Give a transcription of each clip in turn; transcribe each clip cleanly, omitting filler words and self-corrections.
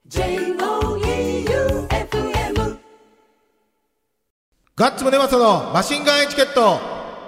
J-O-E-U-F-M ガッツムネマソのマシンガンエチケット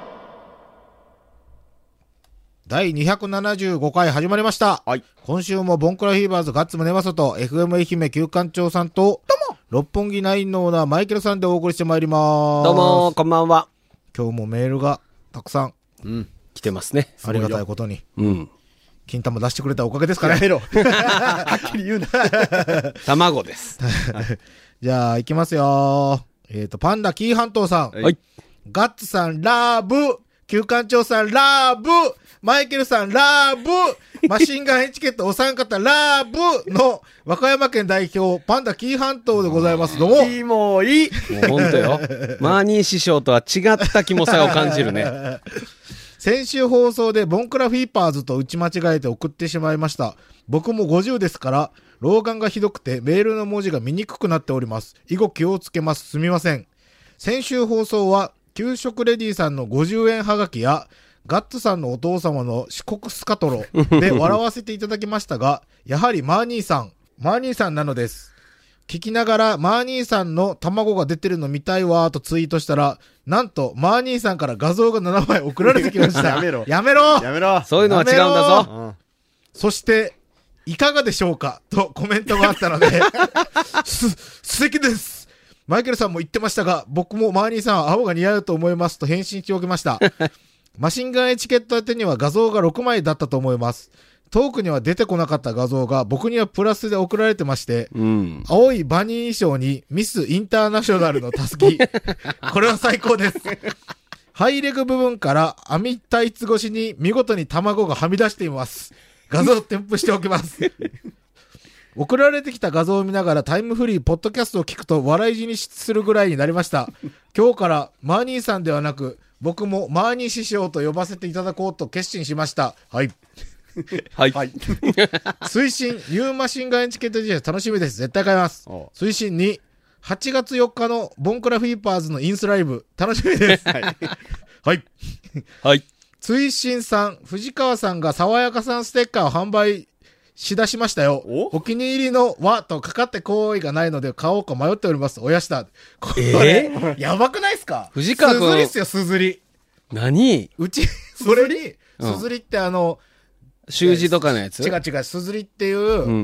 第275回始まりました、 はい、 今週もボンクラフィーバーズガッツムネマソと FM 愛媛旧館長さんと六本木ナインのオーナーマイケルさんでお送りしてまいります。 どうもこんばんは。 今日もメールがたくさん、 来てますね。 ありがたいことに、金玉出してくれたおかげですかね。 やめろはっきり言うな卵ですじゃあ行きますよ。パンダキーハントーさん、 はい、 ガッツさんラブ、旧館長さんラブ、マイケルさんラブ、マシンガンエチケットお三方ラブの和歌山県代表パンダキーハントーでございます。どうも。 キモい。もうほんとよ。マーニー師匠とは違ったキモさを感じるね。 先週放送でボンクラフィーパーズと打ち間違えて送ってしまいました。僕も50ですから老眼がひどくてメールの文字が見にくくなっております。以後気をつけます。すみません。先週放送は給食レディさんの50円はがきやガッツさんのお父様の四国スカトロで笑わせていただきましたがやはりマーニーさんなのです。聞きながらマーニーさんの卵が出てるの見たいわーとツイートしたらなんとマーニーさんから画像が7枚送られてきましたやめろそういうのは違うんだぞ。 そしていかがでしょうかとコメントがあったので素敵です。マイケルさんも言ってましたが僕もマーニーさんは青が似合うと思いますと返信しておきましたマシンガンエチケット宛てには画像が6枚だったと思います。トークには出てこなかった画像が僕にはプラスで送られてまして、青いバニー衣装にミスインターナショナルのたすきこれは最高ですハイレグ部分から網タイツ越しに見事に卵がはみ出しています。画像添付しておきます送られてきた画像を見ながらタイムフリーポッドキャストを聞くと笑い死にするぐらいになりました。今日からマーニーさんではなく僕もマーニー師匠と呼ばせていただこうと決心しました。はいはい、 推進ニューマシンガンエチケット T シャツ楽しみです。絶対買います。推進2 8月4日のボンクラフィーパーズのインスライブ楽しみですはいはい、 推進3藤川さんが爽やかさんステッカーを販売しだしましたよ。お気に入りの和とかかって行為がないので買おうか迷っております。おやしたこれ、やばくないっすか。 藤川君すずりっすよ。すずり何うちそれにすずりって習字とかのやつ。 違うすずりっていう、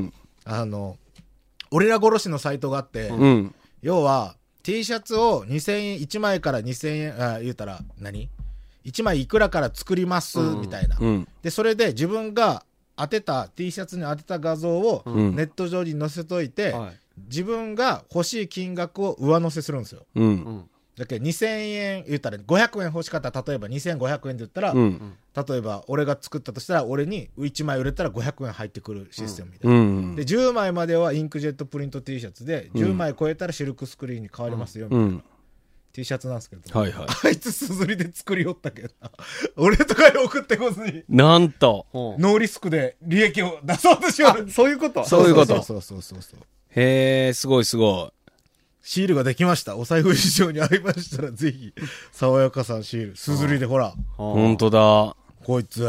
俺ら殺しのサイトがあって、要は T シャツを2000円1枚から2000円言うたら1枚いくらから作りますみたいな、でそれで自分が当てた T シャツに当てた画像をネット上に載せといて、自分が欲しい金額を上乗せするんですよ。だけど2000円言ったら500円欲しかったら例えば2500円で言ったら、例えば俺が作ったとしたら俺に1枚売れたら500円入ってくるシステムみたいな、で10枚まではインクジェットプリント T シャツで10枚超えたらシルクスクリーンに変わりますよみたいな、T シャツなんですけど、あいつすずりで作りよったけど俺とかに送ってこずになんとノーリスクで利益を出そうとしよう。 そういうことそうへえ、すごいすごい。 シールができました。お財布事情に合いましたらぜひ爽やかさんシールすずりでほらほんとだ。 こいつ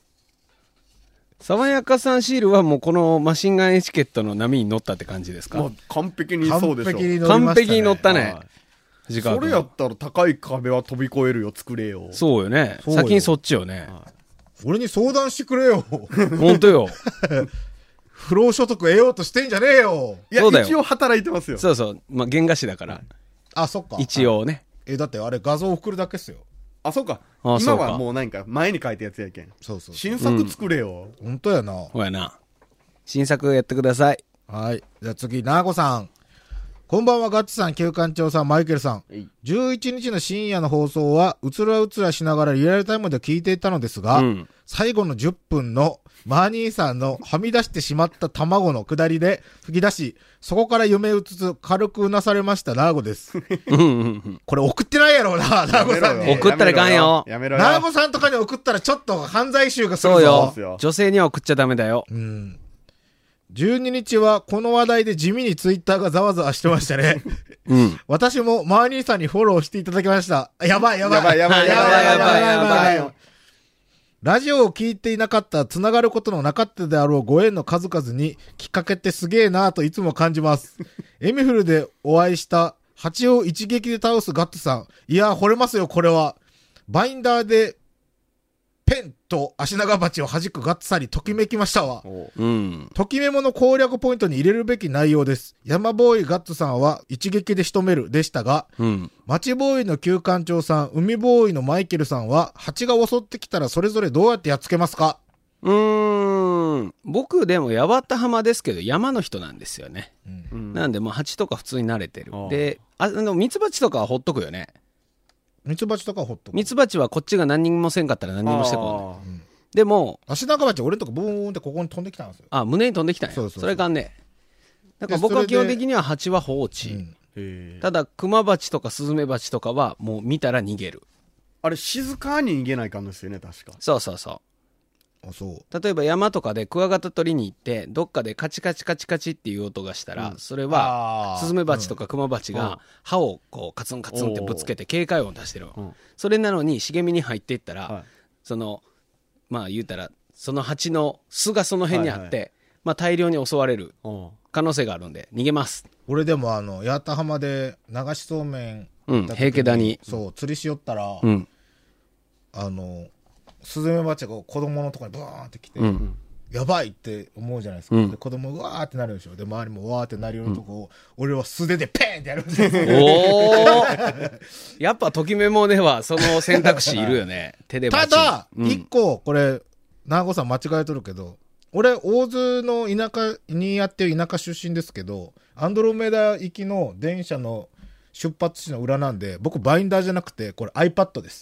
爽やかさんシールはもうこのマシンガンエチケットの波に乗ったって感じですか。 もう完璧にそうでしょ。 完璧に乗ったね。 それやったら高い壁は飛び越えるよ。作れよ。 そうよね。先にそっちよね。 俺に相談してくれよほんとよ不労所得得ようとしてんじゃねえよ。 いや一応働いてますよ。 そうそう、まあ、原画師だから。 あ、そっか。 一応ね。 だってあれ画像送るだけっすよ。 あ、そうか。今はもう何か前に書いたやつやけん。 そう新作作れよ。 ほんとやな。 ほやな。新作やってください。 はい。じゃあ次、なーごさん。こんばんは、ガッツさん、旧館長さん、マイケルさん。11日の深夜の放送は、うつらうつらしながらリアルタイムで聞いていたのですが、最後の10分のマーニーさんのはみ出してしまった卵の下りで吹き出し、そこから夢うつつ軽くうなされましたナーゴです。これ送ってないやろうな、ナーゴさんに。 送ったらいかんよ。 やめろよ。 ナーゴさんとかに送ったらちょっと犯罪集がするぞ。 そうよ。女性には送っちゃダメだよ。 12日はこの話題で地味にツイッターがざわざわしてましたね。私もマーニーさんにフォローしていただきました。やばい。 ラジオを聞いていなかったら繋がることのなかったであろうご縁の数々にきっかけってすげえなぁといつも感じます。エミフルでお会いした蜂を一撃で倒すガッツさん。いやー、惚れますよ、これは。バインダーでペンと足長鉢を弾くガッツさんにときめきましたわ。 うん。 ときメモの攻略ポイントに入れるべき内容です。山ボーイガッツさんは一撃で仕留めるでしたが、 うん。 町ボーイの旧館長さん、海ボーイのマイケルさんは、蜂が襲ってきたらそれぞれどうやってやっつけますか？ 僕でも八幡浜ですけど山の人なんですよね。 うん、 なんでもう蜂とか普通に慣れてる。で、ミツバチとかはほっとくよね。 ミツバチとかほっとく。 ミツバチはこっちが何にもせんかったら何にもしてこない。でも、 足長鉢俺のとこブーンってここに飛んできたんですよ。 あ、胸に飛んできたんや。 そうそうそうそれがね。だから僕は基本的には蜂は放置。ただ、クマバチとかスズメバチとかはもう見たら逃げる。 あれ、静かに逃げないかんですよね、確か。 そうそうそう。 あ、そう。 例えば山とかでクワガタ取りに行ってどっかでカチカチカチカチっていう音がしたら、それはスズメバチとかクマバチが歯をこうカツンカツンってぶつけて警戒音を出してる、それなのに茂みに入っていったら、そのまあ言うたらその蜂の巣がその辺にあって、まあ大量に襲われる可能性があるんで逃げます。 俺でも八幡浜で流しそうめん、 平家田にそう釣りしよったら、 うんスズメバチが子供のところにブーンって来て、やばいって思うじゃないですか。で子供うわーってなるでしょ。で周りもわーってなるようなとこを、俺は素手でペーンってやるんですよ。 おーやっぱときメモではその選択肢いるよね。手でバチ。 ただ、一個これ長子さん間違えとるけど、俺大津の田舎にやってる田舎出身ですけど、アンドロメダ行きの電車の出発地の裏なんで、僕バインダーじゃなくてこれ iPad です。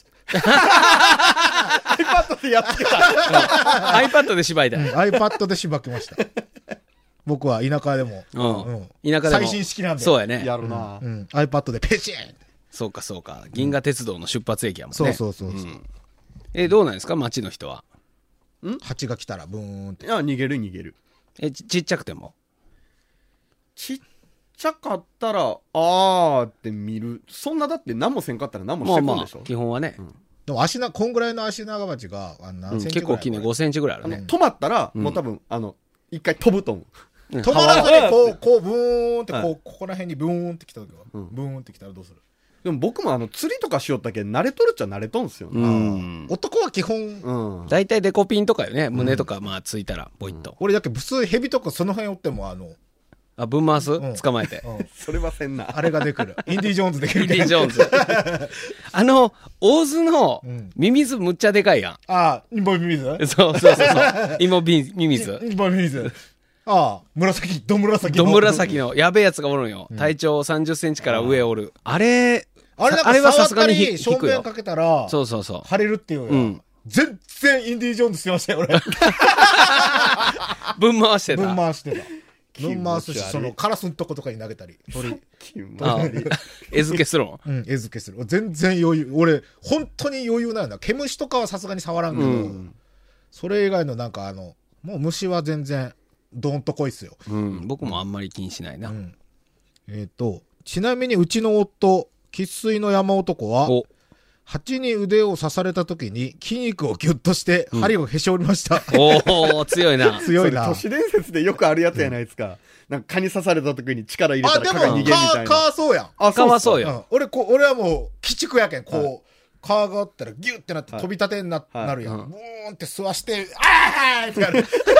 iPad でやってた。 iPad で芝居だ。 iPad でしばきました。僕は田舎でも、 田舎でも最新式なんで。 そうやね。 やるな。 iPad でペチン。 そうかそうか。銀河鉄道の出発駅やもんね。 そう。 どうなんですか町の人は。 蜂が来たらブーンって。 いや、逃げる。 ちっちゃくても。 ちっちゃかったら、って見る。そんなだって何もせんかったら何もしてこんでしょ。 基本はね。 でもこんぐらいの足長鉢が何センチぐらい、 結構大きいね。5センチぐらいあるね。 止まったら、もう多分、一回飛ぶと思う。 止まらずにこうブーンってここら辺にブーンって来た時は、ブーンって来たらどうする？ でも僕も釣りとかしよったけ慣れとるっちゃ慣れとんすよね。 男は基本、 大体デコピンとかよね。胸とかまあついたらボイッと。 俺だけ普通ヘビとかその辺おってもぶん回す捕まえて。 それはせんな。 あれができる。インディ・ジョーンズできる。 インディ・ジョーンズ。大津のミミズむっちゃでかいやん。 インボイミミズ？ そう。インボミミズ。 インボイミミズ。紫。ド紫のやべえやつがおるんよ。体長30センチから上おる。あれはさすがに引くよ。 正面かけたら、 そう。 腫れるっていうよ。全然インディ・ジョーンズしてましたよ、俺。 ぶん回してた。 ぶん回すし、カラスのとことかに投げたり。 餌付けするもん。餌付けする。全然余裕。俺、本当に余裕なんだ。毛虫とかはさすがに触らんけど、それ以外のもう虫は全然、どんとこいっすよ。 僕もあんまり気にしないな。 ちなみにうちの夫、生粋の山男は、蜂に腕を刺された時に筋肉をギュッとして針をへし折りました。 強いな。 強いな。 都市伝説でよくあるやつやないですか。なんか蚊に刺された時に力入れたら蚊が逃げるみたいな。 蚊はそうやん。 蚊はそうよ。 俺はもう、鬼畜やけん、蚊があったらギュッてなって飛び立てになるやん。ブーンって吸わして、ってやる。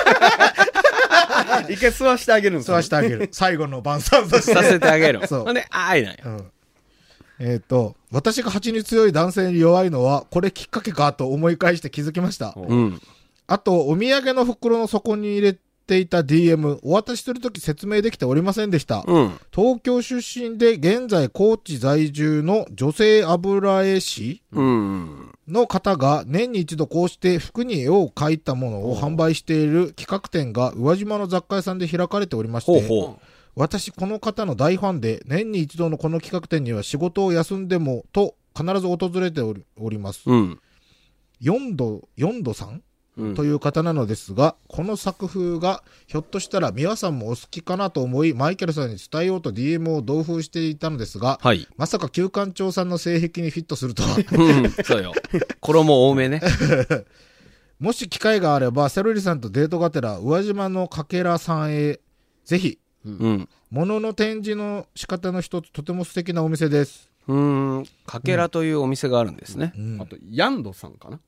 一回吸わしてあげるんです吸わしてあげる。最後の晩餐させてあげる。 そう。 ほんで、なんや。 私が蜂に強い男性に弱いのは、これきっかけかと思い返して気づきました。あと、お土産の袋の底に入れていた DM、お渡しするとき説明できておりませんでした。東京出身で現在高知在住の女性油絵師の方が年に一度こうして服に絵を描いたものを販売している企画展が宇和島の雑貨屋さんで開かれておりまして、私この方の大ファンで年に一度のこの企画展には仕事を休んでもと必ず訪れております。4度さんという方なのですが、この作風がひょっとしたら皆さんもお好きかなと思いマイケルさんに伝えようと DM を同封していたのですが、まさか旧館長さんの性癖にフィットするとは。 そうよ。衣多めね。 もし機会があれば、セロリさんとデートがてら、宇和島のかけらさんへ、ぜひ、 うん。 物の展示の仕方の一つ、とても素敵なお店です。 かけらというお店があるんですね。 うんあと、ヤンドさんかな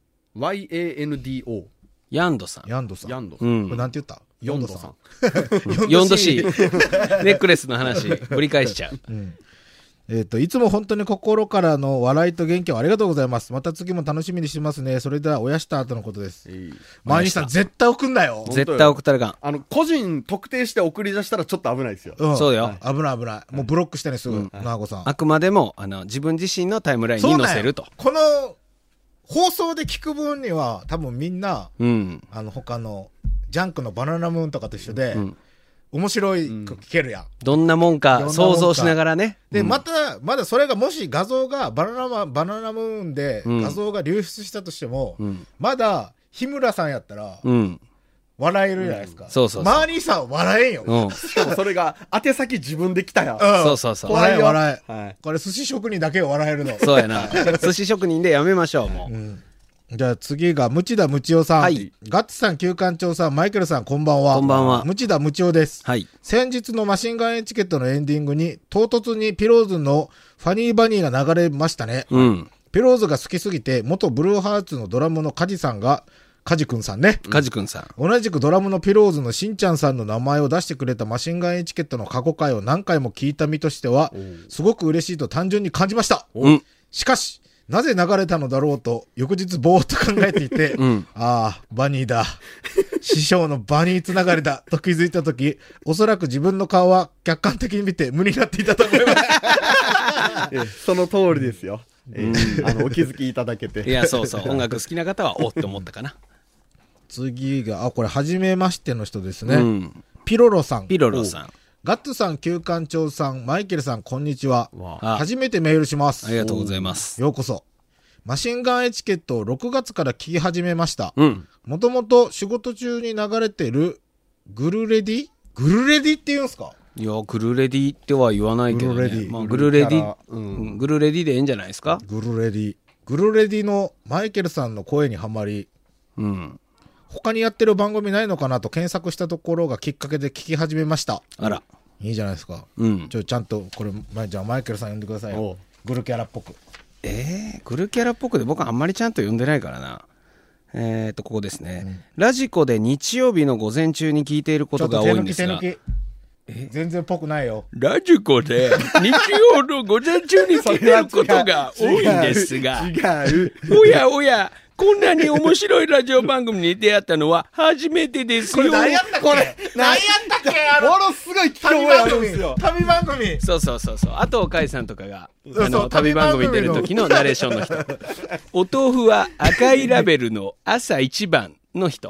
?YANDO。 ヤンドさん。 ヤンドさん。 ヤンドさ。 うんんこれ。なんて言ったヨンドさん。 4度 C。ネックレスの話、ぶり返しちゃう。 うんいつも本当に心からの笑いと元気をありがとうございます。また次も楽しみにしますね。それでは、おやした後のことです。マーニーさん、絶対送んなよ。 絶対送ったらか個人特定して送り出したらちょっと危ないですよ。 うんそうだよ危ない危ない。もうブロックしてね、すぐ、なーごさん。 ん。あくまでも、自分自身のタイムラインに載せると。 この、放送で聞く分には、多分みんな、 うん。 他の、ジャンクのバナナムーンとかと一緒で、 うん面白いく聞けるやん。 どんなもんか想像しながらね。 で、 うんまだそれがもし画像がバナナムーンでうん画像が流出したとしても、 うん。 まだ日村さんやったらうん。 笑えるじゃないですか。 そうそうそうマーニーさん笑えんよ。 うん。 しかもそれが、宛先自分で来たやん。 そうそうそう。 笑え笑え。 はい。 これ寿司職人だけを笑えるの。 そうやな。寿司職人でやめましょう、もう。 じゃあ次が、ムチダムチオさん。 はいガッツさん、旧館長さん、マイケルさん、こんばんは。 こんばんはムチダムチオです。 はい。 先日のマシンガンエチケットのエンディングに、唐突にピローズのファニーバニーが流れましたね。 うん。 ピローズが好きすぎて、元ブルーハーツのドラムのカジさんが、カジ君さんね。 カジ君さん。 同じくドラムのピローズのしんちゃんさんの名前を出してくれたマシンガンエチケットの過去回を何回も聞いた身としては、すごく嬉しいと単純に感じました。 うん。 しかし、なぜ流れたのだろうと、翌日ぼーっと考えていて、 うんああ、バニーだ。師匠のバニーつながりだ。と気づいたとき、おそらく自分の顔は客観的に見て無になっていたと思います。 その通りですよ。お気づきいただけて。 いや、そうそう。音楽好きな方は、おって思ったかな。 次が、これ、初めましての人ですね。 うん。 ピロロさん。 ピロロさん。 ガッツさん、旧館長さん、マイケルさん、こんにちは。 あ初めてメールします。 ありがとうございます。 ようこそ。マシンガンエチケットを6月から聞き始めました。 うん。 もともと仕事中に流れてるグルレディって言うんすか？ いや、グルレディっては言わないけどね。 グルレディまあ、グルレディ、 うんうんグルレディでいいんじゃないですか？ グルレディのマイケルさんの声にはまり、 うん。 他にやってる番組ないのかなと検索したところがきっかけで聞き始めました。 あら。 いいじゃないですか。 うん。 ちゃんと、これ、じゃあマイケルさん呼んでくださいおうよ。グルキャラっぽく。 グルキャラっぽくで僕はあんまりちゃんと読んでないからな。ここですね。ラジコで日曜日の午前中に聞いていることが多いんですが。 手抜き。全然っぽくないよ。 ラジコで日曜の午前中に聞いていることが多いんですが。 違う。 おやおや、こんなに面白いラジオ番組に出会ったのは初めてですよ。 何やったっけものすごい聞き覚えあるんですよ。 旅番組そう。あと、かいさんとかが、 そう旅番組に出る時のナレーションの人。お豆腐は赤いラベルの朝一番の人。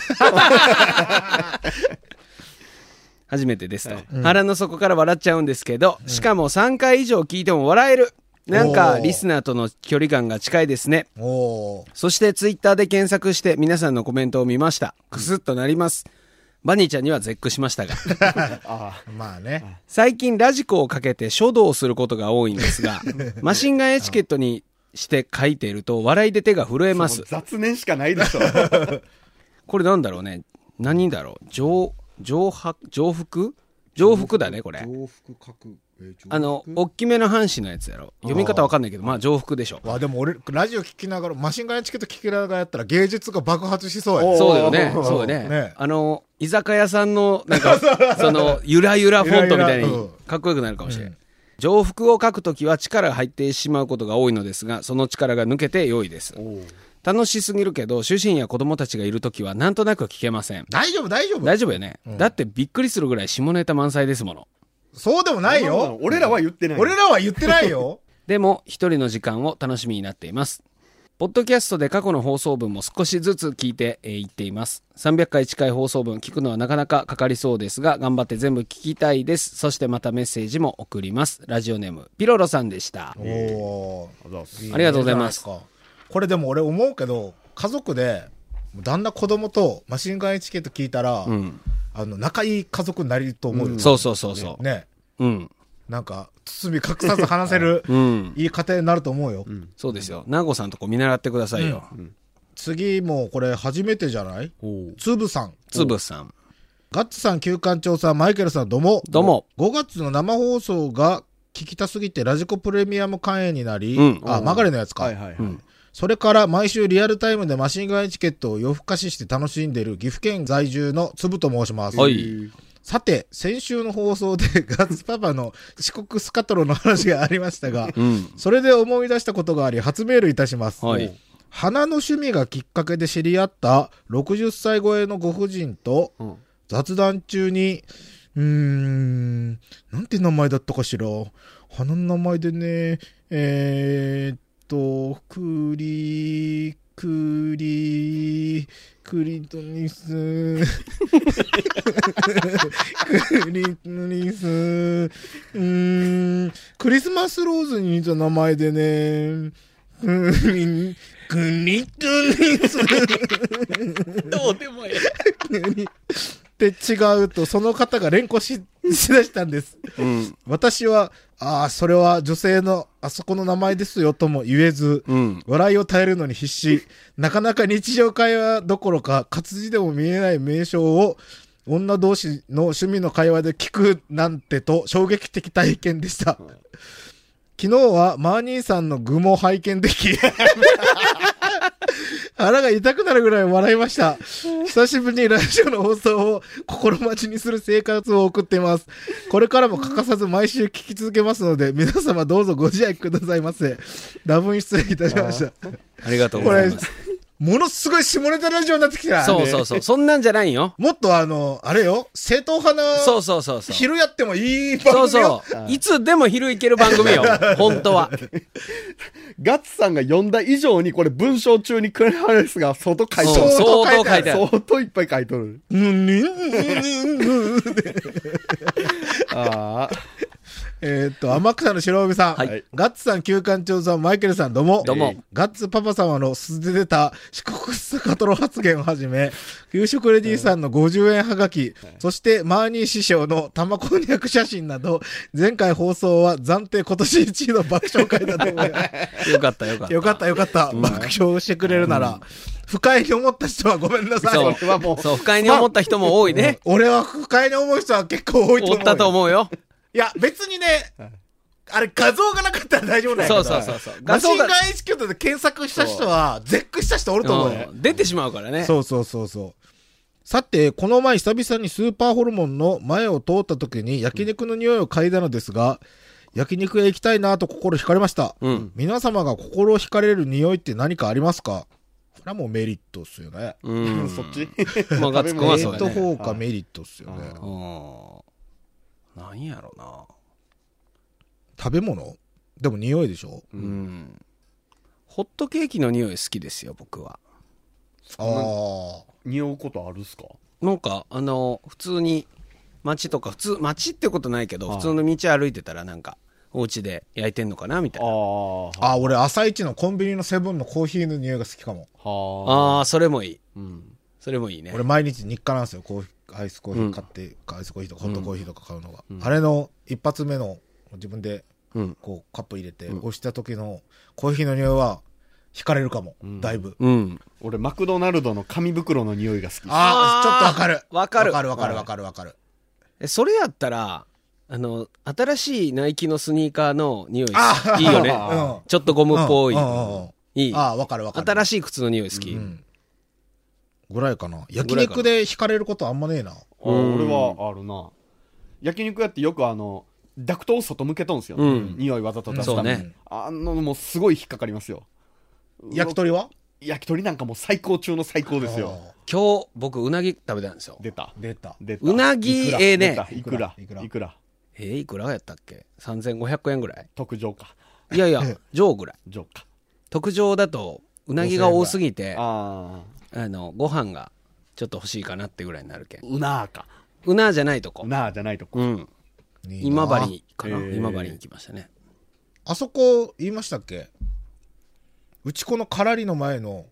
初めてですと、腹の底から笑っちゃうんですけど、しかも3回以上聞いても笑える。なんか、リスナーとの距離感が近いですね。 おー。 そしてツイッターで検索して皆さんのコメントを見ました。クスッとなります。バニーちゃんには絶句しましたが。 まあね。 最近ラジコをかけて書道をすることが多いんですが、マシンガンエチケットにして書いていると笑いで手が震えます。 雑念しかないでしょ。 これなんだろうね。何だろう。上腹だね、これ。 上腹書く。 大きめの半紙のやつやろ。読み方わかんないけど、まあ上腹でしょ。 わ、でも俺、ラジオ聞きながら、マシンガンエチケット聞きながらやったら芸術が爆発しそうや。 そうだよね。 おーそうだよねね。 居酒屋さんの、なんか、ゆらゆらフォントみたいにゆらゆらうんかっこよくなるかもしれない。上腹を書くときは力が入ってしまうことが多いのですが、その力が抜けて良いです。楽しすぎるけど、主人や子供たちがいるときはなんとなく聞けません。 大丈夫。 大丈夫よね。だってびっくりするぐらい下ネタ満載ですもの。 そうでもないよ。 俺らは言ってない。 俺らは言ってないよ。 でも、一人の時間を楽しみになっています。ポッドキャストで過去の放送分も少しずつ聞いていっています。300回近い放送分聞くのはなかなかかかりそうですが、頑張って全部聞きたいです。そしてまたメッセージも送ります。ラジオネーム、ピロロさんでした。 おーありがとうございますじゃなか。これでも俺思うけど、家族で、旦那子供とマシンガンエチケット聞いたら、 うん。 仲いい家族になりと思うよ。 そうそうそうそう。 ね。 うん。 なんか、包み隠さず話せる、 うん。 いい家庭になると思うよ。 そうですよ。ナゴさんとこ見習ってくださいよ。 次もこれ初めてじゃない？つぶさん。 つぶさん。 ガッツさん、旧館長さん、マイケルさん、どうも。 どうも。 5月の生放送が聞きたすぎてラジコプレミアム会員になり、 うんマガレのやつか。 はいはいはい。 それから毎週リアルタイムでマシンガンエチケットを夜更かしして楽しんでいる岐阜県在住のつぶと申します。 はい。 さて、先週の放送でガッツパパの遅刻スカトロの話がありましたが、それで思い出したことがあり初メールいたします。 はい。 花の趣味がきっかけで知り合った60歳超えのご婦人と雑談中に、なんて名前だったかしら。花の名前でね、クリトニスクリトニスクリスマスローズに似た名前でね、クリトニスどうでもいい。 って違うと、その方が連呼しだしたんです。私は、それは女性のあそこの名前ですよとも言えず、笑いを耐えるのに必死。なかなか日常会話どころか、活字でも見えない名称を、女同士の趣味の会話で聞くなんてと衝撃的体験でした。昨日はマーニーさんの具も拝見でき、腹が痛くなるぐらい笑いました。久しぶりにラジオの放送を心待ちにする生活を送っています。これからも欠かさず毎週聞き続けますので、皆様どうぞご自愛くださいませ。多分失礼いたしました。 ありがとうございます。 ものすごい下ネタラジオになってきた。 そうそうそう。そんなんじゃないよ。 もっとあれよ、正統派な、 そう。 昼やってもいい番組よ。 そう。いつでも昼行ける番組よ。本当は。 ガッツさんが読んだ以上にこれ文章中にクレハレスが相当書いとる。 相当書いてある。 相当いっぱい書いとる。 天草の白帯さん、 はい、 ガッツさん、旧館長さん、マイケルさん、どうも。 どうも。 ガッツパパ様の素で出た四国スカトロ発言をはじめ、給食レディーさんの50円はがき、そしてマーニー師匠の玉こんにゃく写真など、前回放送は暫定今年1位の爆笑会だと思います。 よかった。 爆笑してくれるなら。不快に思った人はごめんなさい。 そう、不快に思った人も多いね。 俺は不快に思う人は結構多いと思う。 おったと思うよ。 いや、別にね、あれ画像がなかったら大丈夫だよ。 そう。 マシンガンエチケットで検索した人は、絶句した人おると思うね。 出てしまうからね。 そう。さて、この前久々にスーパーホルモンの前を通った時に焼肉の匂いを嗅いだのですが、焼肉屋行きたいなと心惹かれました。皆様が心を惹かれる匂いって何かありますか？これはもうメリットっすよね。 そっちまあ、ガッツくんはそうやね。 メリット方かメリットっすよね。 なんやろな。 食べ物でも匂いでしょ。 ホットケーキの匂い好きですよ、僕は。 匂うことあるっすか？ なんか、普通に、街ってことないけど、普通の道歩いてたらなんか、お家で焼いてんのかなみたいな。 俺、朝一のコンビニのセブンのコーヒーの匂いが好きかも。 それもいい。それもいいね。 俺、毎日日課なんですよ。アイスコーヒー買って、アイスコーヒーとかホットコーヒーとか買うのが。あれの一発目の自分で、こう、カップ入れて、押した時のコーヒーの匂いは、惹かれるかも。だいぶ。 俺、マクドナルドの紙袋の匂いが好き。 ちょっとわかる。 わかる。 わかる。 それやったら、新しいナイキのスニーカーの匂いいいよね。ちょっとゴムっぽい。いい。 わかる。 新しい靴の匂い好き。 ぐらいかな。焼肉で惹かれることあんまねえな。 俺はあるな。焼肉屋ってよくダクトを外向けとんすよ。匂いわざと出すために。もうすごい引っかかりますよ。 焼き鳥は？ 焼き鳥なんかもう最高中の最高ですよ。 今日、僕、うなぎ食べたんですよ。 出た。 うなぎ、ね。 いくらいくらやったっけ ?3500 円ぐらい。 特上か。 いや、上ぐらい。 上か。 特上だと、うなぎが多すぎて、 ご飯がちょっと欲しいかなってぐらいになるけん。 うなーか。 うなーじゃないとこ。 今治かな。今治に行きましたね。 あそこ、言いましたっけ？うちこのからりの前の、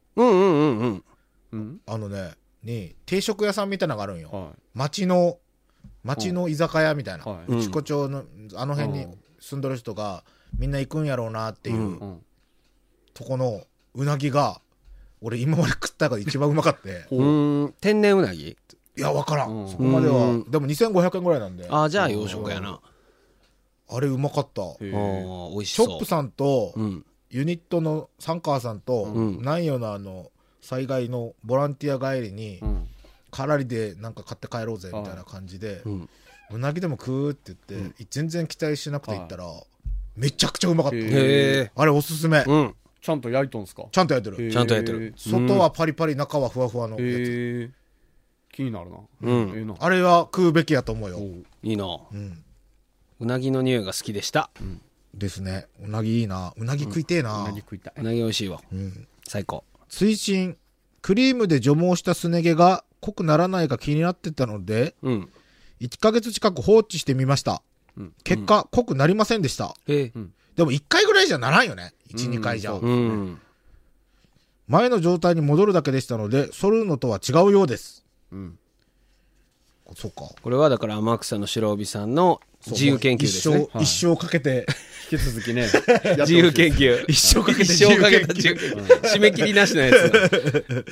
に、定食屋さんみたいなのがあるんよ。町の居酒屋みたいな。内子町の、あの辺に住んでる人が、みんな行くんやろうなっていう、とこのうなぎが、 俺今まで食った中で一番うまかって天然うなぎ。 いやわからん、 うんそこまではでも2500円ぐらいなんであ、じゃあ洋食やな。 あれうまかった。 へえ美味しそう。 ショップさんと、 うん。 ユニットのサンカーさんと、 ん南予の災害のボランティア帰りに、 うんカラリでなんか買って帰ろうぜみたいな感じで、 うん。 うなぎでも食うって言って、全然期待しなくて行ったら、めちゃくちゃうまかった。 へへえ。 あれおすすめ、 うん。 ちゃんと焼いとんすか？ ちゃんとやってる、 ちゃんと焼いてる。 外はパリパリ中はふわふわのやつ、 へえ気になるな。 うんええな。 あれは食うべきやと思うよ、 いいな。 うん、 うなぎの匂いが好きでした。 ですね。うなぎいいな、うなぎ食いてえな、 うなぎ食いたい。 うなぎ美味しいわ。 うん、 最高。 追伸クリームで除毛したすね毛が濃くならないか気になってたのでうん。 1ヶ月近く放置してみました、結果、濃くなりませんでした。 へえ。 でも1回ぐらいじゃならんよね、1、2回じゃ、 そううん。 前の状態に戻るだけでしたので剃るのとは違うようです。 うん。 そうか、 これはだから天草の白帯さんの自由研究ですね。 一生かけて引き続きね。 自由研究。 一生かけて一生かけた自由研究。締め切りなしのやつ。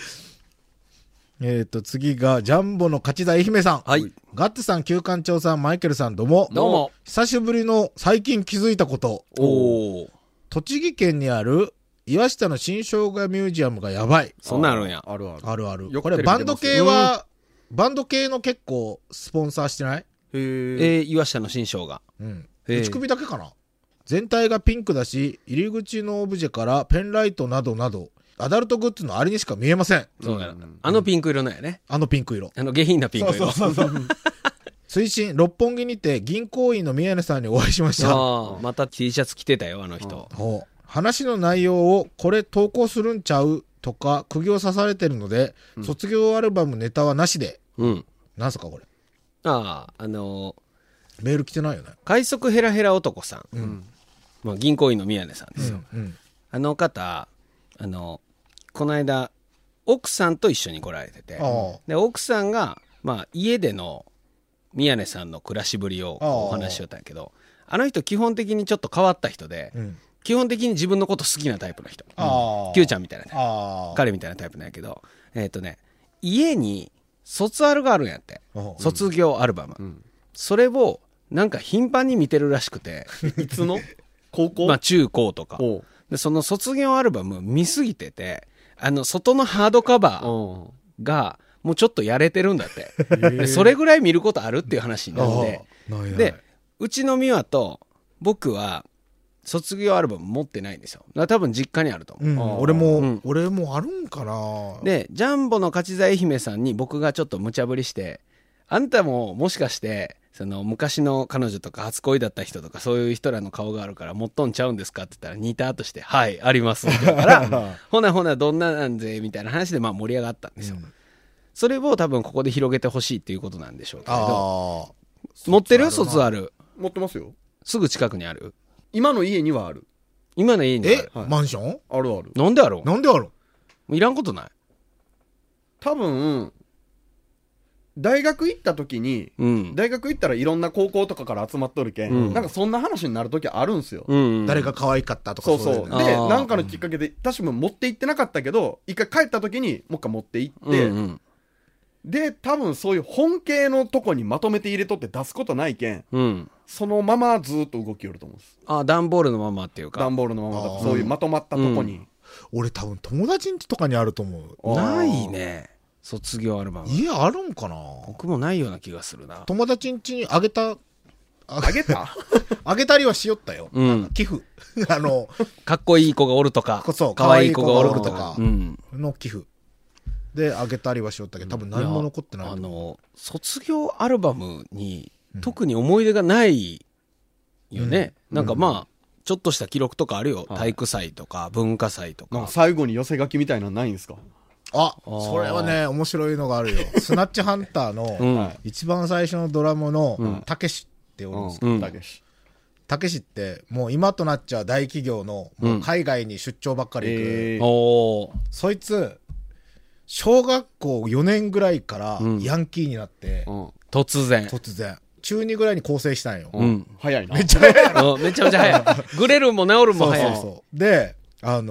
次がジャンボの勝田愛媛さん、 はい。 ガッツさん、旧館長さん、マイケルさん、どうもどうも。 久しぶりの最近気づいたこと。 おー。 栃木県にある岩下の新生姜ミュージアムがやばい。 そんなんあるんや。 あるある。 あるある。 よくこれテレビ出ますバンド系は、バンド系の結構スポンサーしてない？ へえ。 岩下の新生姜。 うん。 へえ内首だけかな。全体がピンクだし、入り口のオブジェからペンライトなどなど、アダルトグッズのあれにしか見えません。 そうやな。あのピンク色なんやね。 あのピンク色。 あの下品なピンク色。 そうそうそうそう。推進、六本木にて銀行員の宮根さんにお会いしました。 ああ、また T シャツ着てたよ、あの人。 ほう話の内容をこれ投稿するんちゃうとか釘を刺されてるので、卒業アルバムネタはなしで。 うん。 なんすかこれ。 ああ、 メール来てないよね。 快速ヘラヘラ男さん。 うん。 まあ、銀行員の宮根さんですよ。 うん。 あの方、この間、奥さんと一緒に来られてて、 ああ。 で、奥さんが、まあ、家での宮根さんの暮らしぶりをこうああお話ししよったんやけど、あの人基本的にちょっと変わった人で、 うん。 基本的に自分のこと好きなタイプの人。 ああ。 Q ちゃんみたいなタイプ。 ああ。 彼みたいなタイプなんやけど、家に卒アルがあるんやって。 うん卒業アルバム。 んそれを、なんか頻繁に見てるらしくて、 いつの高校まあ中高とか。 おうで、その卒業アルバム見すぎてて、外のハードカバーおが、もうちょっとやれてるんだって。でそれぐらい見ることあるっていう話になって。 ああないないで、うちの美和と僕は、卒業アルバム持ってないんですよ。だから多分実家にあると思う。 うん。 ああ俺も、 うん俺もあるんかな。 で、ジャンボの勝田愛媛さんに僕がちょっと無茶ぶりして、あんたももしかして、昔の彼女とか初恋だった人とかそういう人らの顔があるから持っとんちゃうんですかって言ったら似たとして、はい、ありますって言うから、ほなほなどんななんぜみたいな話でまあ盛り上がったんですよ。それを多分ここで広げてほしいっていうことなんでしょうけれど、 ああ。 持ってる卒アル。 持ってますよ。 すぐ近くにある。 今の家にはある。 今の家にある。 はいマンションあるある。 なんであるんなんであるいらんことない。 多分、大学行った時に、 うん。 大学行ったらいろんな高校とかから集まっとるけん、 うんなんかそんな話になる時あるんすよ。 うん。 誰が可愛かったとかそうそう。 いので、 あーなんかのきっかけで、確か持って行ってなかったけど、一回帰った時にもう一回持って行って、 うんうん。 で、多分そういう本系のとこにまとめて入れとって出すことないけん、 うん。 そのままずっと動きよると思うんです。 あ、段ボールのままっていうか。 段ボールのままだと、 あーそういうまとまったとこに。 俺多分友達ん家とかにあると思う。 ないね。卒業アルバム。 家あるんかな。 僕もないような気がするな。 友達ん家にあげた、 あげたあげたりはしよったよ。 うんなんか寄付。 かっこいい子がおるとか、 そうかわいい子がおると可愛い子がおるとか。 かうん。 の寄付。で、あげたりはしよったけど、多分何も残ってない。 卒業アルバムに特に思い出がないよね。なんかまあ、ちょっとした記録とかあるよ。 はい体育祭とか文化祭とかなんか。最後に寄せ書きみたいなのないんですか？ あ、 ーそれはね、面白いのがあるよ。スナッチハンターの、 うん。 一番最初のドラムの、たけしって呼ぶんですけど、 うんたけし。 たけしって、もう今となっちゃ大企業の、もう海外に出張ばっかり行く。 おー。 そいつ、小学校4年ぐらいからうんヤンキーになって、 うん。 突然。 突然。中2ぐらいに構成したんよ。 うん。 早いな。 めっちゃ早い。 うんめちゃめちゃ早い。グレるも治るもそう早い。 そうそう。で、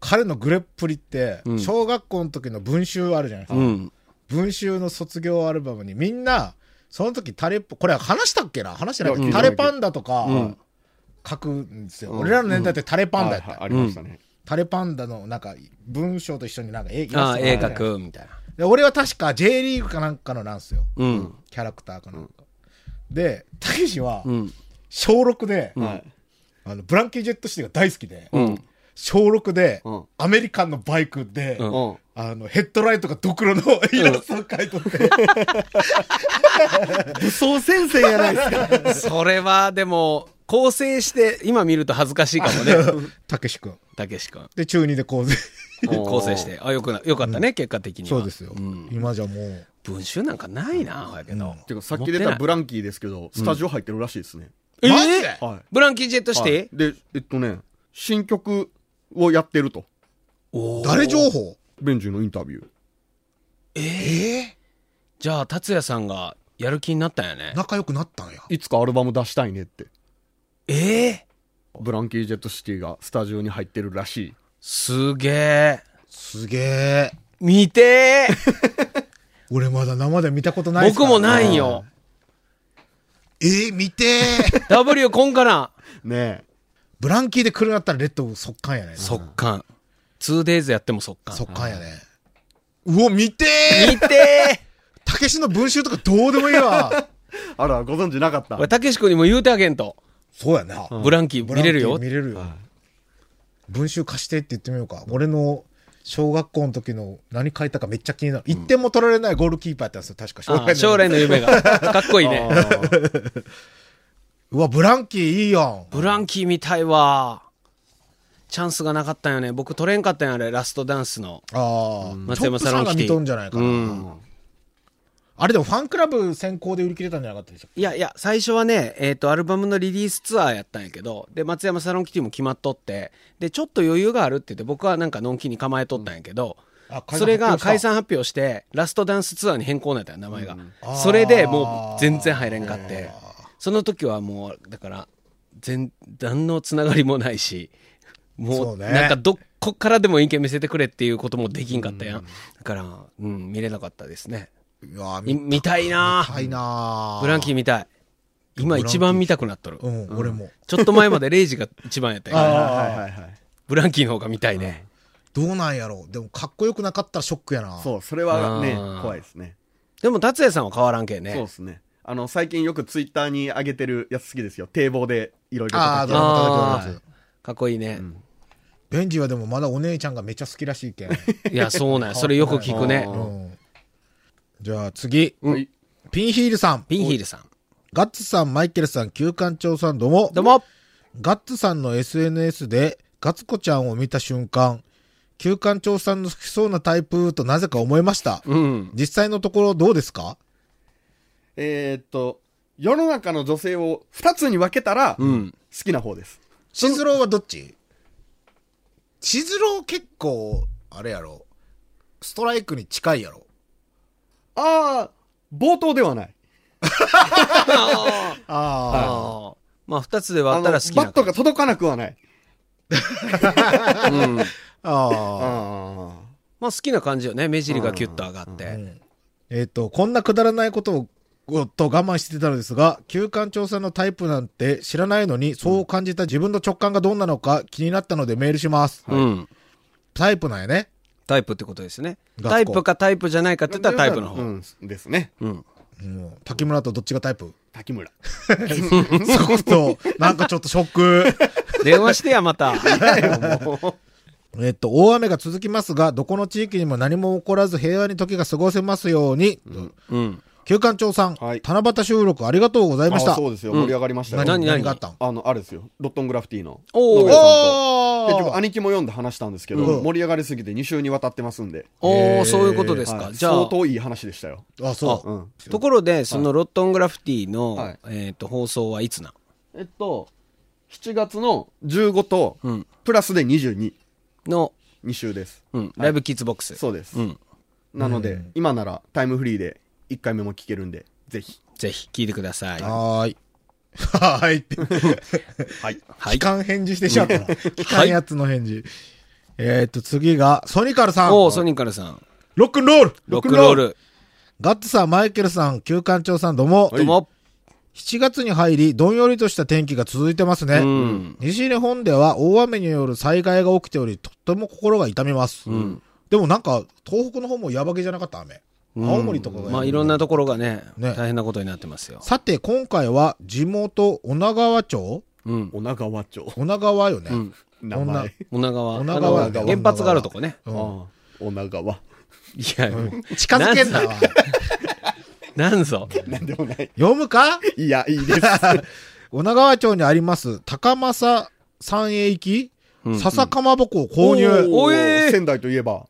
彼のグレっぷりって、 うん小学校の時の文集あるじゃないですか。 うん。 文集の卒業アルバムにみんな、その時タレっぽ、これ話したっけな話してないっけ、 うんタレパンダとかうん書くんですよ。 うん俺らの年代ってタレパンダやった、 はいはいありましたね。 タレパンダのなんか文章と一緒になんかイラストああ、絵が描く、みたいな。 で俺は確か J リーグかなんかのなんですよ。 うん。 キャラクターかなんか。で、たけしはうん。 小6で、 はい。 ブランキー・ジェット・シティが大好きで、 うん。 小6で、 うんアメリカンのバイクで、 うんうん。 ヘッドライトがドクロのイラストを描いとって、 武装先生やないですか。 それは、でも、構成して、今見ると恥ずかしいかもね。 たけし君。 たけし君。 で、中2で構成。 構成して。あ、よかったね、結果的には。 そうですよ。 ん今じゃもう、 文集なんかないな、ほやけど。 てかさっき出たブランキーですけど、スタジオ入ってるらしいですね。 えマジではい。 ブランキー・ジェット・シテはいで、新曲をやってると。 ィ誰情報ベンジーのインタビュー。 じゃあ、達也さんがやる気になったんやね。 仲良くなったんや。 いつかアルバム出したいねって。 ええブランキー・ジェット・シティがスタジオに入ってるらしい。 すげえ。 すげえ。 見てー俺まだ生で見たことないっすから僕もないんよ。 見てー。 W こんかなねブランキーで来るんだったらレッド速乾やね。 速乾。2days やっても速乾。 速乾やね。うお、見てー。 見てたけしの文集とかどうでもいいわ。 え。あら、ご存知なかったー。俺、たけし君にも言うてあげんと。 そうやな。 ブランキー見れるよブランキー。見れるよ。文集貸してって言ってみようか。俺の小学校の時の何書いたかめっちゃ気になる。1点も取られないゴールキーパーやったんですよ。確かあ将来の夢が。かっこいいね。 うわ、ブランキーいいやん。 ブランキー見たいわ。チャンスがなかったんよね。僕取れんかったんや、あれ、ラストダンスの。 ああ。 松山サロン来てトップさんが見とんじゃないかな。 うんあれでもファンクラブ先行で売り切れたんじゃなかったでしょ。 いやいや、最初はね、アルバムのリリースツアーやったんやけど、で、松山サロンキティも決まっとって、で、ちょっと余裕があるって言って、僕はなんかのんきに構えとったんやけど、それが解散発表して、ラストダンスツアーに変更になったよ、名前が。それでもう全然入れんかって、その時はもう、だから、何のつながりもないし、もう、 そうねなんかどこからでも意見見せてくれっていうこともできんかったやん。だから、見れなかったですね。 いや見たいな見たいなブランキー見たい。今一番見たくなっとる。 うん、俺も。 ちょっと前までレイジが一番やったんやけどはいはいはい。 ブランキーの方が見たいね。 どうなんやろう。でもかっこよくなかったらショックやな。 そう、それはねあー、 怖いですね。 でも達也さんは変わらんけんね。 そうですね。最近よくツイッターに上げてるやつ好きですよ。堤防でいろいろああ、ドラマ叩きのやつ。 かっこいいね。 ベンジはでもまだお姉ちゃんがめっちゃ好きらしいけん。 いや、そうなんや。それよく聞くねあ。 うん。じゃあ次。 はいピンヒールさん。 ピンヒールさん。 ガッツさん、マイケルさん、旧館長さん、どうも。 どうも。 ガッツさんの SNS でガツコちゃんを見た瞬間、旧館長さんの好きそうなタイプとなぜか思いました。 うん。 実際のところどうですか？ 世の中の女性を2つに分けたら、好うん。 きな方です。 しずろうはどっち？しずろう結構、あれやろ。ストライクに近いやろ。 ああ、冒頭ではない。 ああ。 ああ。まあ、二つで割ったら好きなバットが届かなくはない。 うん。 ああ。 あまあ、好きな感じよね。目尻がキュッと上がって。 こんなくだらないことをと我慢してたのですが、旧館長さんのタイプなんて知らないのに、そう感じた自分の直感がどんなのか気になったのでメールします。 うん。 タイプなんやね。 タイプってことですね。 ガツコタイプかタイプじゃないかって言ったらタイプの方。 うん、ですね。 うん。 滝村とどっちがタイプ？ 滝村。 そうと、なんかちょっとショック。 電話してや、また。 大雨が続きますが、どこの地域にも何も起こらず平和に時が過ごせますように。 うん。 旧館長さん、 はい七夕収録ありがとうございました。 そうですよ。盛り上がりましたよ。 何があったん？ あれですよ。ロットングラフィティの。 おー野上さんとお結局、兄貴も読んで話したんですけど、 うん盛り上がりすぎて2週にわたってますんで。 おー、そういうことですか。 はいじゃあ相、当いい話でしたよ。 あ、そう。 うん。 ところで、そのロットングラフィティの、 はい放送はいつなん 7月の15と、 うんプラスで22。 の、 2週です。 うん、ライブキッズボックス。 そうです。 うん。 なので、今ならタイムフリーで1回目も聞けるんで、ぜひ。 ぜひ聞いてください。 はーい。はーいって。 はい。 はい期。間返事してしまったな。期間やつの返事。 次が、ソニカルさん。 おー、ソニカルさん。 ロックンロール。 ロックンロール。 ガッツさん、マイケルさん、旧館長さん、どうも。 どうも。 7月に入り、どんよりとした天気が続いてますね。西日本では大雨による災害が起きており、とっても心が痛みます。でもなんか、東北の方もやばげじゃなかった雨。青森とかが。 まあいろんなところがね、大変なことになってますよ。 さて、今回は地元、女川町女川町。 女川よね。 名前。 女川。 女川原発があるとこね。 女川。 いや、 近づけんなわ。 なんぞ。 なんでもない。 読むか？ いや、いいです。 女川町にあります、高政山へ行き、笹かまぼこを購入。 おえー仙台といえば。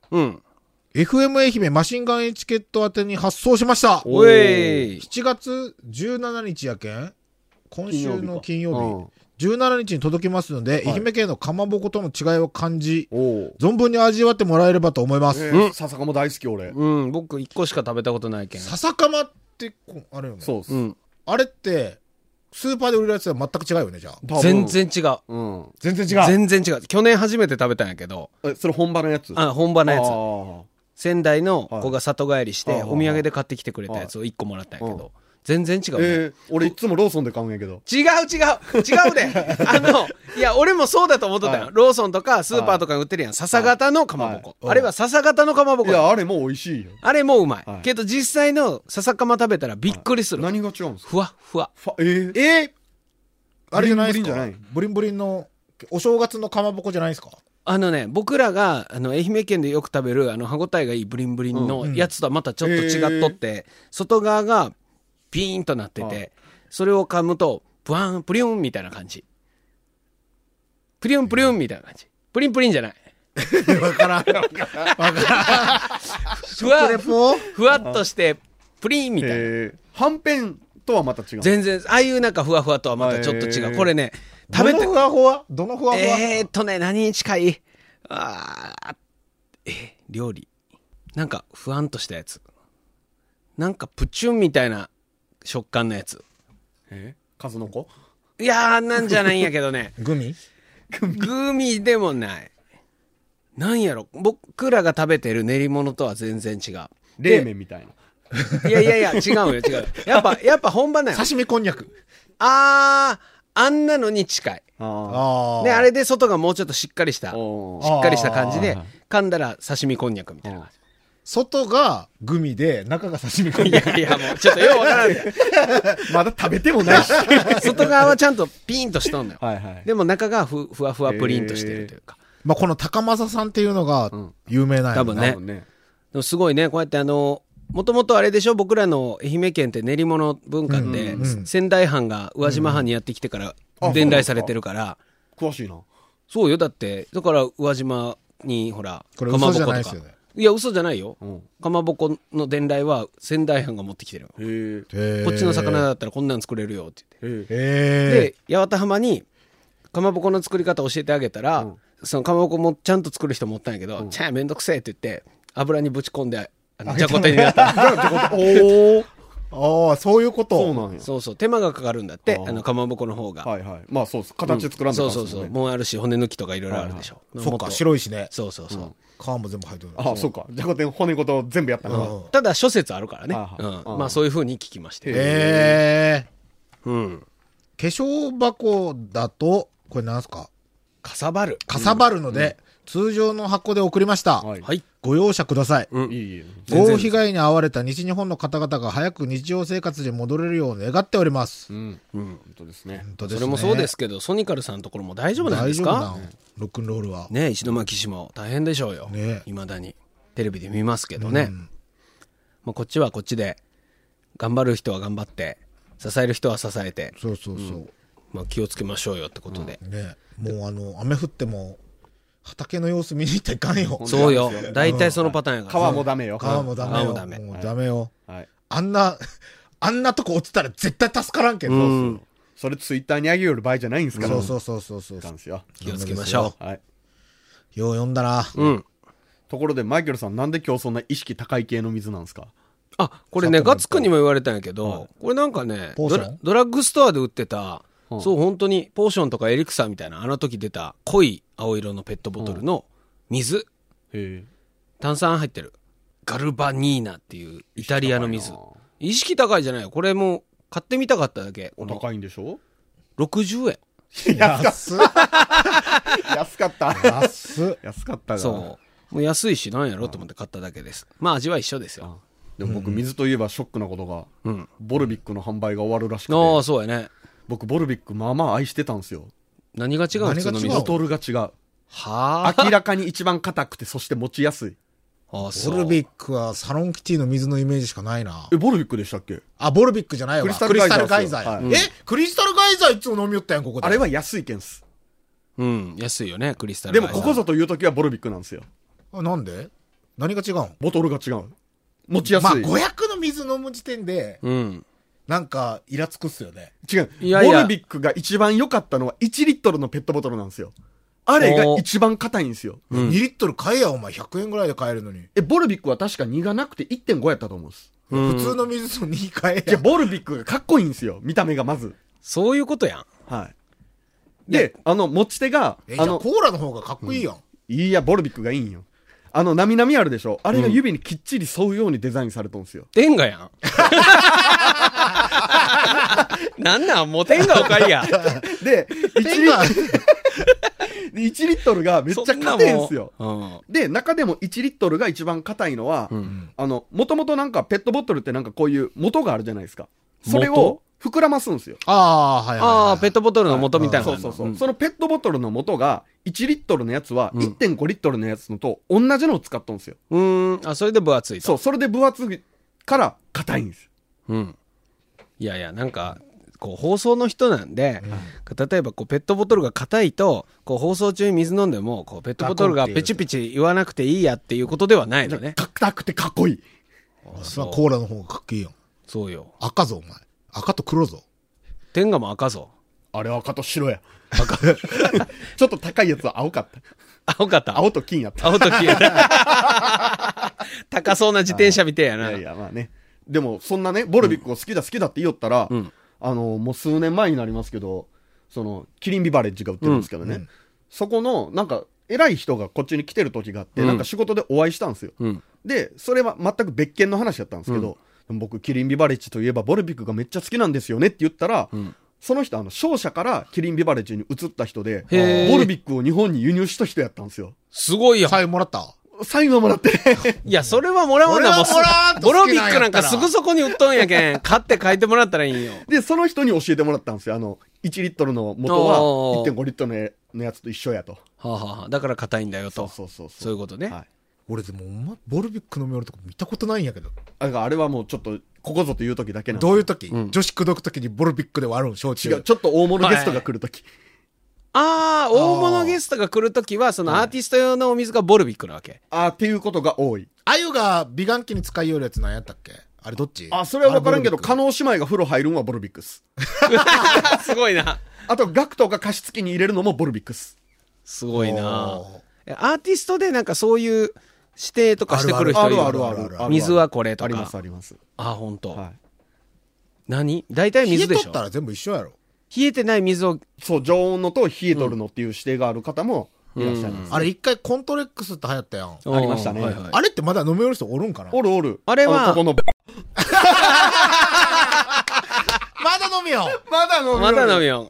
FM 愛媛マシンガンエチケット宛てに発送しました。 おえー 7月17日やけん今週の金曜日。17日に届きますので、愛媛県のかまぼことの違いを感じ、存分に味わってもらえればと思います。 笹かま大好き、俺。 僕1個しか食べたことないけん。 笹かまって、あれよね。 そうっす。 あれって、スーパーで売れるやつは全く違うよね、じゃあ。 全然違う。 全然違う。 全然違う。去年初めて食べたんやけど。 それ本場のやつ？ 本場のやつ。仙台の子が里帰りして、お土産で買ってきてくれたやつを1個もらったんやけど。全然違うね。 俺いつもローソンで買うんやけど。 違うで。いや、俺もそうだと思っとったよ。ローソンとかスーパーとかに売ってるやん。笹型のかまぼこ。あれは笹型のかまぼこ。 いや、あれも美味しいよ。 あれもうまい。けど実際の笹かま食べたらびっくりする。 何が違うんですか？ ふわふわ。 あれじゃないですか？ ブリンブリンじゃない？ ブリンブリンの、お正月のかまぼこじゃないですか？ 僕らが、愛媛県でよく食べる、歯応えがいいブリンブリンのやつとはまたちょっと違っとって、外側がピーンとなってて、それを噛むと、ブワーン、プリュンみたいな感じ。プリュンプリュンみたいな感じ。プリンプリンじゃない。 わからん。 ふわっとして、プリンみたいな。 はんぺんとはまた違う。 全然、ああいうなんかふわふわとはまたちょっと違う。これね、 食べて。どのふわふわ？ 何に近い？料理。なんか、ふわんとしたやつ。なんか、プチュンみたいな食感のやつ。 数の子？ いやー、なんじゃないんやけどね。 グミでもない。なんやろ。僕らが食べてる練り物とは全然違う。 冷麺みたいな。 いや、違うよ。やっぱ本場だよ。 刺身こんにゃく。 あんなのに近い。で、あれで外がもうちょっとしっかりした感じで、噛んだら刺身こんにゃくみたいな感じ。 外がグミで、中が刺身こんにゃく。 いや、もうちょっとようわからんね。 まだ食べてもないし。 外側はちゃんとピーンとしとんのよ。でも中がふわふわプリンとしてるというか。 この高政さんっていうのが有名なんや多分ね。でもすごいね、こうやってもともとあれでしょ、僕らの愛媛県って練り物文化って、仙台藩が宇和島藩にやってきてから伝来されてるから。 詳しいな。 そうよ、だってだから宇和島にほらこれ嘘じゃないですよね。 いや嘘じゃないよ、かまぼこの伝来は仙台藩が持ってきてるよ。こっちの魚だったらこんなん作れるよって言って、で八幡浜にかまぼこの作り方教えてあげたら、そのかまぼこもちゃんと作る人もおったんやけど、ちゃあめんどくせえって言って油にぶち込んでじゃこ天になった。 そういうこと。 そうなんや。 そう手間がかかるんだって、かまぼこの方が。 まあそうです。形作らんと。 そうもうあるし骨抜きとかいろいろあるでしょ。 そっか、白いしね。 そう。 皮も全部入ってる。 そうか。じゃこ天骨ごと全部やったの。 ただ諸説あるからね。まあそういう風に聞きまして。 化粧箱だとこれなんすか？ かさばるので、通常の箱で送りました。ご容赦ください。豪雨被害に遭われた西日本の方々が早く日常生活に戻れるよう願っております。 本当ですね。 それもそうですけど、ソニカルさんのところも大丈夫なんですか？ 大丈夫なロックンロールは。 ね、石巻市も大変でしょうよ。未だにテレビで見ますけどね。こっちはこっちで頑張る人は頑張って支える人は支えて。 そう。 気をつけましょうよってことで。 もう雨降っても畑の様子見に行ったらいかんよ。 そうよ。大体そのパターンやから。 川もダメよ。 もうダメよ。あんなとこ落ちたら絶対助からんけど。 それツイッターにあげよる場合じゃないんですから。 そう。 気をつけましょう。 よう読んだな。 ところでマイケルさん、なんで今日そんな意識高い系の水なんですか？ これね、ガッツくんにも言われたんやけど、これなんかね、ドラッグストアで売ってた、そう本当にポーションとかエリクサーみたいな、あの時出た濃い青色のペットボトルの水。 へえ。 炭酸入ってる。ガルバニーナっていうイタリアの水。意識高いじゃないよ。これも買ってみたかっただけ。 お高いんでしょ 60円。 安っ。 安かった。 安っ。 安かったが。 そう。もう安いし、なんやろと思って買っただけです。まあ味は一緒ですよ。 でも僕、水といえばショックなことが、 うん。 ボルビックの販売が終わるらしくああ、 て、 そうやね。 僕、ボルビックまあまあ愛してたんですよ。 何が違う普通の水何が違うボトルが違う。 はあ。 明らかに一番硬くて、そして持ちやすい。 ああ、そう。 ボルビックはサロンキティの水のイメージしかないな。 ボルビックでしたっけ？ あ、ボルビックじゃないわ。 クリスタルガイザーガイザーや。 はいクリスタルガイザーいつも飲みよったやん、ここで。 あれは安いけんす。 うん、安いよね、クリスタルでガイザー。 もここぞという時はボルビックなんですよ。 あ、なんで何が違うんボトルが違う。持ちやすい。 まあ、500の水飲む時点で、 うん。 なんか、イラつくっすよね。 違う。 いやいやボルビックが一番良かったのは1リットルのペットボトルなんですよ。あれが一番硬いんですよ。 うん 2リットル買えや、お前。100円ぐらいで買えるのに。 ボルビックは確か2がなくて 1.5 やったと思うんです。 うん普通の水と2買えや。 じゃボルビックがかっこいいんですよ。見た目がまず。 そういうことやん。 はい。で、持ち手が、 じゃあコーラの方がかっこいいやん。 いや、ボルビックがいいんよ。なみなみあるでしょ。あれが指にきっちり沿うようにデザインされたんですよ。 天下やん。なんなんもう天下おかいや。 で、 天下 1リットルがめっちゃ硬いんすよ。 うん。 で、中でも1リットルが一番硬いのは、 うん。 もともとなんかペットボトルってなんかこういう元があるじゃないですか。それ元を膨らますんですよ。 ああ、はいはいはい。 ああ、ペットボトルの元みたいなのがあるの。 そうそうそう。そのペットボトルの元が1リットルのやつはうん 1.5 リットルのやつのと同じのを使ったんですよ。 あ、それで分厚いと。 そう、それで分厚いから硬いんです。 うん。いやいや、なんか、こう、放送の人なんで、例えば、こう、ペットボトルが硬いと、こう、放送中に水飲んでも、こう、ペットボトルがペチペチ言わなくていいやっていうことではないのね。 硬くてかっこいい。 それはコーラの方がかっこいいやん。 そうよ。 赤ぞ、お前。赤と黒ぞ。 天下も赤ぞ。 あれは赤と白や。ちょっと高いやつは青かった。 青かった。 青と金やった。 青と黄色。高そうな自転車みてえやな。 いやいや、まあね。でも、そんなね、ボルビックを好きだって言おったら、 うんもう数年前になりますけど、キリンビバレッジが売ってるんですけどね。そこの、なんか、偉い人がこっちに来てる時があって、なんか仕事でお会いしたんですよ。 うん。 で、それは全く別件の話だったんですけど、でも僕、キリンビバレッジといえば、ボルビックがめっちゃ好きなんですよねって言ったら、 んその人、商社からキリンビバレッジに移った人で、 へーボルビックを日本に輸入した人やったんですよ。 すごいやん。 サインもらったサインはもらって。 いや、それはもらわなもうすそれはもらわんとボロ好きなんやったらビックなんかすぐそこに売っとんやけん。買って書いてもらったらいいんよ。 で、その人に教えてもらったんですよ。1リットルの元はおー 1.5リットルのやつと一緒やと。 はあ、はあはあ、だから硬いんだよと。 そうそういうことね。 はい。 俺でも、お前、ボルビック飲みよるとこ見たことないんやけど。 だからあれはもうちょっと、ここぞという時だけなんですどういう時うん女子口説く時にボルビックで割るん、焼酎。 違う、ちょっと大物ゲストが来る時。 ああ、大物ゲストが来るときは、そのアーティスト用のお水がボルビックなわけ。 っていうことが多い。 あゆが美顔器に使いよるやつなんやったっけあれどっちそれは分からんけど、 あれボルビック叶姉妹が風呂入るんはボルビックス。 すごいな。 あと、ガクトが加湿器に入れるのもボルビックス。 すごいなお。 アーティストでなんかそういう指定とかしてくる人いる。 あるある水はこれとか。 あります、あります。 あ、本当。 はい。 何大体水でしょ冷えとったら全部一緒やろ。 冷えてない水を、 そう、常温のと冷えとるのっていう指定がある方もいらっしゃいます。 あれ一回コントレックスって流行ったやん。 ありましたねはいはいあれってまだ飲めよる人おるんかなおるおる。 あれはここの、 まだ飲みよまだ飲まだ飲みよ。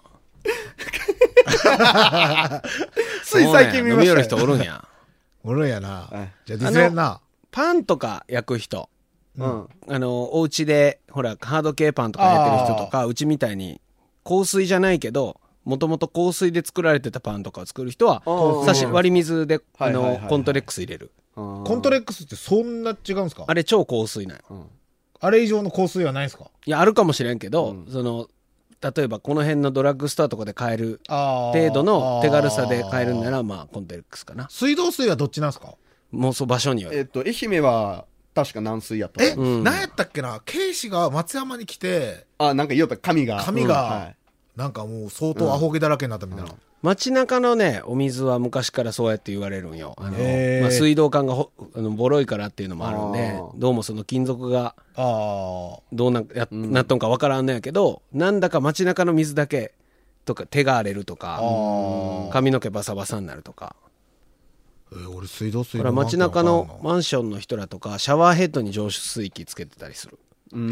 つい最近見飲みよるましたよ。 人おるんや。 おるんやなはい。 じゃあディズレンな。 パンとか焼く人。 うん。 お家で、ほら、ハード系パンとかやってる人とか、うちみたいに、香水じゃないけど、もともと香水で作られてたパンとかを作る人は、割り水で、 はいはいはいはいコントレックス入れる。 ココントレックスってそんな違うんすかあれ超香水なんよ。 あれ以上の香水はないんすかいや、あるかもしれんけど、例えばこの辺のドラッグストアとかで買える程度の手軽さで買えるんなら、まあ、コントレックスかな。 水道水はどっちなんすかもうそう場所による。 愛媛は、確か軟水やった。 何やったっけな警視が松山に来て、 なんか言おった、髪が。 髪が、なんかもう相当アホ毛だらけになったみたいな。 街中のね、お水は昔からそうやって言われるんよ。 へーまあ、水道管がボロいからっていうのもあるんで、どうもその金属があどうなっとんかわからんのやけど、なんだか街中の水だけとか手が荒れるとか、髪の毛バサバサになるとか。 俺水道水ほら街中のマンションの人らとかシャワーヘッドに浄水器つけてたりする。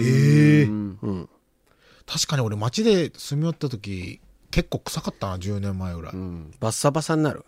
確かに俺街で住み寄った時結構臭かったな、10年前ぐらい。 バッサバサになる。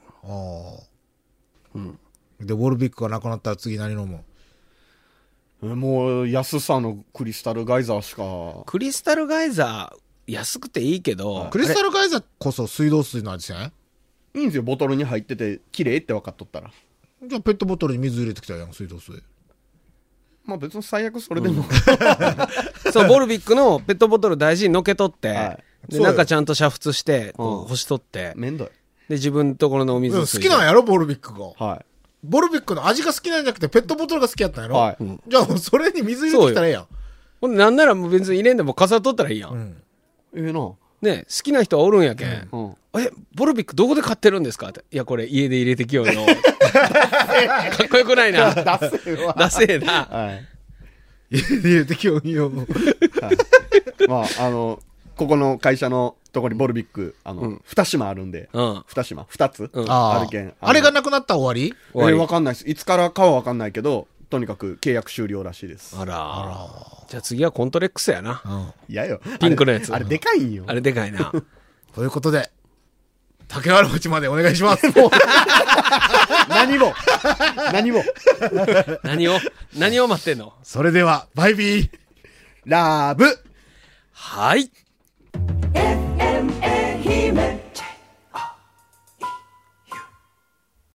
でウォルビックがなくなったら次何飲む？ もう安さのクリスタルガイザーしか。 クリスタルガイザー安くていいけど、 クリスタルガイザーこそ水道水の味せん？ いいんですよ、ボトルに入ってて綺麗って分かっとったら。 じゃあペットボトルに水入れてきたらやん、水道水。 まあ別に最悪それでも、 そうボルビックのペットボトル大事にのけとって、 はで中ちゃんと煮沸してこう干しとって、 めんどい。 で自分のところのお水好水きなんやろボルビックが。 はい。 ボルビックの味が好きなんじゃなくてペットボトルが好きやったんやろ。 はい。 じゃあもうそれに水入れてきたらええやん。 ほんでなんならもう別に入れんでも飾っとったらいいやん、 な。 ね、好きな人はおるんやけん、ボルビックどこで買ってるんですかって。いやこれ家で入れてきようよかっこよくないな。ダセえな。 はい。 家で入れてきようよ。 まあ、ここの会社のとこにボルビック、2島あるんで、2つあるけん。 あれがなくなったら終わり？ わかんないです。いつからかはわかんないけど、とにかく契約終了らしいです。 あら。じゃあ次はコントレックスやな。 いやよ。 ピンクのやつ。 あれでかいんよ。 あれでかいな。 ということで、竹原町までお願いします。 何も。 何を待ってんの？ それでは、バイビー。 ラブ。 はい。 FM 愛媛